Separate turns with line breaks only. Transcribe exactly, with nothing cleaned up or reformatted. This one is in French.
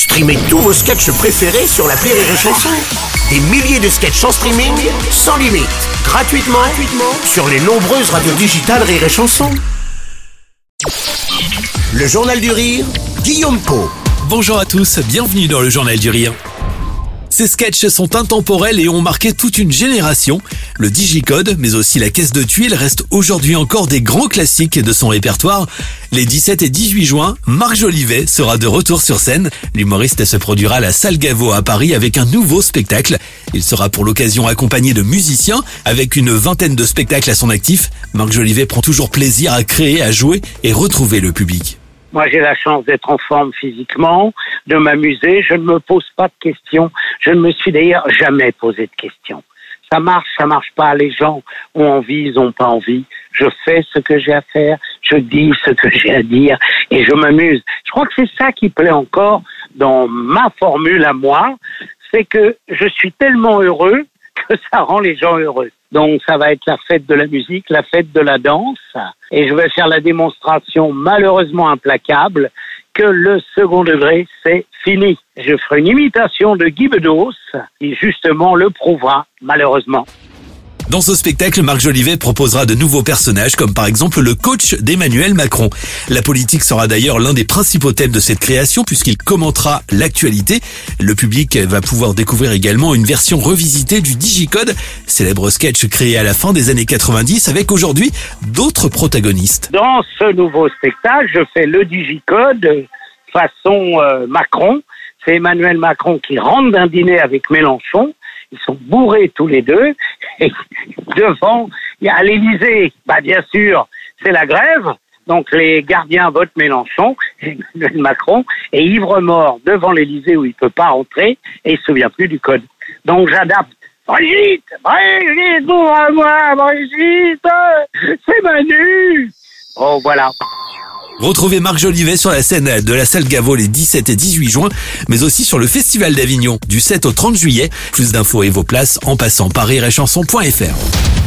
Streamez tous vos sketchs préférés sur l'appli Rire et Chanson. Des milliers de sketchs en streaming, sans limite, gratuitement, gratuitement sur les nombreuses radios digitales Rire et Chanson. Le Journal du Rire, Guillaume Pau.
Bonjour à tous, bienvenue dans le Journal du Rire. Ces sketchs sont intemporels et ont marqué toute une génération. Le digicode, mais aussi la caisse de tuiles, restent aujourd'hui encore des grands classiques de son répertoire. Les dix-sept et dix-huit juin, Marc Jolivet sera de retour sur scène. L'humoriste se produira à la Salle Gaveau à Paris avec un nouveau spectacle. Il sera pour l'occasion accompagné de musiciens. Avec une vingtaine de spectacles à son actif, Marc Jolivet prend toujours plaisir à créer, à jouer et retrouver le public.
Moi, j'ai la chance d'être en forme physiquement, de m'amuser. Je ne me pose pas de questions. Je ne me suis d'ailleurs jamais posé de questions. Ça marche, ça marche pas. Les gens ont envie, ils ont pas envie. Je fais ce que j'ai à faire. Je dis ce que j'ai à dire et je m'amuse. Je crois que c'est ça qui plaît encore dans ma formule à moi. C'est que je suis tellement heureux que ça rend les gens heureux. Donc ça va être la fête de la musique, la fête de la danse, et je vais faire la démonstration malheureusement implacable que le second degré, c'est fini. Je ferai une imitation de Guy Bedos, qui justement le prouvera, malheureusement.
Dans ce spectacle, Marc Jolivet proposera de nouveaux personnages, comme par exemple le coach d'Emmanuel Macron. La politique sera d'ailleurs l'un des principaux thèmes de cette création, puisqu'il commentera l'actualité. Le public va pouvoir découvrir également une version revisitée du digicode, célèbre sketch créé à la fin des années quatre-vingt-dix, avec aujourd'hui d'autres protagonistes.
Dans ce nouveau spectacle, je fais le digicode façon euh, Macron. C'est Emmanuel Macron qui rentre d'un dîner avec Mélenchon. Ils sont bourrés tous les deux. Et devant, il y a à l'Élysée, bah bien sûr, c'est la grève. Donc les gardiens votent Mélenchon, Emmanuel Macron, et ivre-mort devant l'Élysée où il peut pas entrer et il se souvient plus du code. Donc j'adapte. Brigitte, Brigitte, ouvre-moi, Brigitte, c'est Manu. Oh voilà.
Retrouvez Marc Jolivet sur la scène de la Salle Gaveau les dix-sept et dix-huit juin, mais aussi sur le Festival d'Avignon du sept au trente juillet. Plus d'infos et vos places en passant par rire et chanson point f r.